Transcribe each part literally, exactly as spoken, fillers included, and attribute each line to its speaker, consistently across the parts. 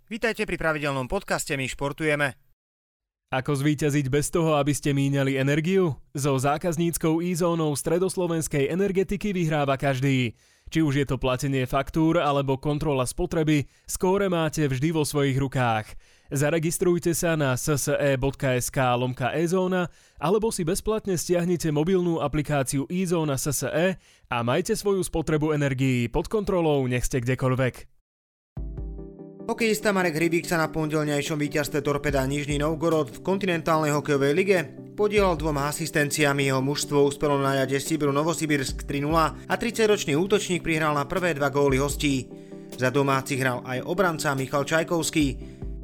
Speaker 1: Vítajte pri pravidelnom podcaste My športujeme.
Speaker 2: Ako zvíťaziť bez toho, aby ste míňali energiu? So zákazníckou e-zónou stredoslovenskej energetiky vyhráva každý. Či už je to platenie faktúr alebo kontrola spotreby, skóre máte vždy vo svojich rukách. Zaregistrujte sa na sse.sk lomka e-zóna alebo si bezplatne stiahnite mobilnú aplikáciu e-zóna es es e a majte svoju spotrebu energií pod kontrolou, nech ste kdekoľvek.
Speaker 1: Hokejista Marek Hrybík sa na pondelňajšom víťazstve Torpeda Nižný Novgorod v kontinentálnej hokejovej lige podielal dvoma asistenciami. Jeho mužstvo uspelo na ľade Sibiru Novosibirsk tri nula a tridsaťročný útočník prihral na prvé dva góly hostí. Za domácich hral aj obranca Michal Čajkovský.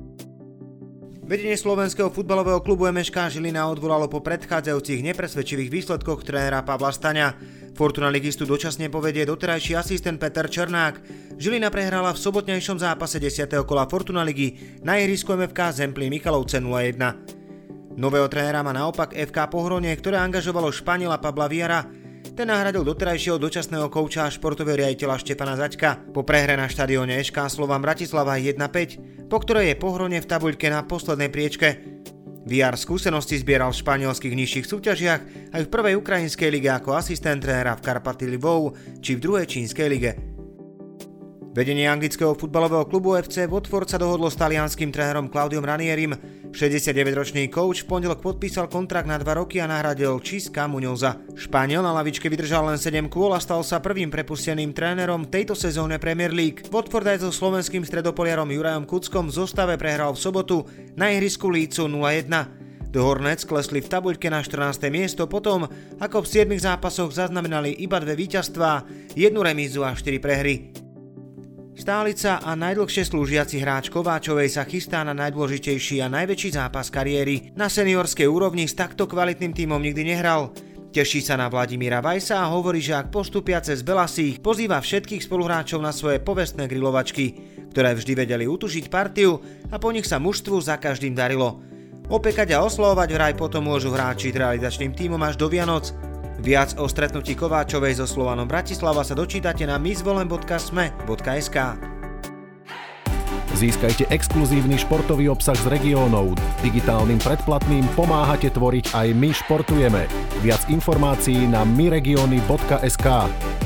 Speaker 1: Vedenie slovenského futbalového klubu em es ká Žilina odvolalo po predchádzajúcich nepresvedčivých výsledkoch trénera Pavla Staňa. Fortuna ligistu dočasne povedie doterajší asistent Peter Černák. Žilina prehrala v sobotnejšom zápase desiateho kola Fortuna ligy na ihrisku em ef ká Zemplín Michalovce nula jedna. Nového trénera má naopak ef ká Pohronie, ktoré angažovalo Španiela Pabla Viara. Ten nahradil doterajšieho dočasného kouča a športového riaditeľa Štefana Zaďka. Po prehre na štadióne eš ká Slovan Bratislava jedna päť, po ktorej je Pohronie v tabuľke na poslednej priečke. Viar skúsenosti zbieral v španielských nižších súťažiach aj v prvej ukrajinskej lige ako asistent trénera v Karpaty Lvov či v druhej čínskej lige. Vedenie anglického futbalového klubu ef cé Watford sa dohodlo s talianskym trénerom Claudiom Ranierim. šesťdesiatdeväťročný coach v pondelok podpísal kontrakt na dva roky a nahradil Čiska Muñoza. Španiel na lavičke vydržal len sedem kôl a stal sa prvým prepusteným trénerom tejto sezóne Premier League. Watford aj so slovenským stredopoliarom Jurajom Kuckom v zostave prehral v sobotu na ihrisku Leedsu nula jedna. The Hornets klesli v tabuľke na štrnáste miesto potom, ako v siedmich zápasoch zaznamenali iba dve víťazstvá, jednu remízu a štyri prehry. Stálica a najdlhšie slúžiaci hráč Kováčovej sa chystá na najdôležitejší a najväčší zápas kariéry. Na seniorskej úrovni s takto kvalitným tímom nikdy nehral. Teší sa na Vladimíra Vajsa a hovorí, že ak postupia cez Belasích, pozýva všetkých spoluhráčov na svoje povestné grilovačky, ktoré vždy vedeli utužiť partiu a po nich sa mužstvu za každým darilo. Opekať a oslovovať vraj potom môžu hráči realizačným tímom až do Vianoc. Viac o stretnutí Kováčovej so Slovanom Bratislava sa dočítate na myzvolen bodka es em e bodka es ká.
Speaker 3: Získajte exkluzívny športový obsah z regiónov. Digitálnym predplatným pomáhate tvoriť aj My športujeme. Viac informácií na myregiony bodka es ká.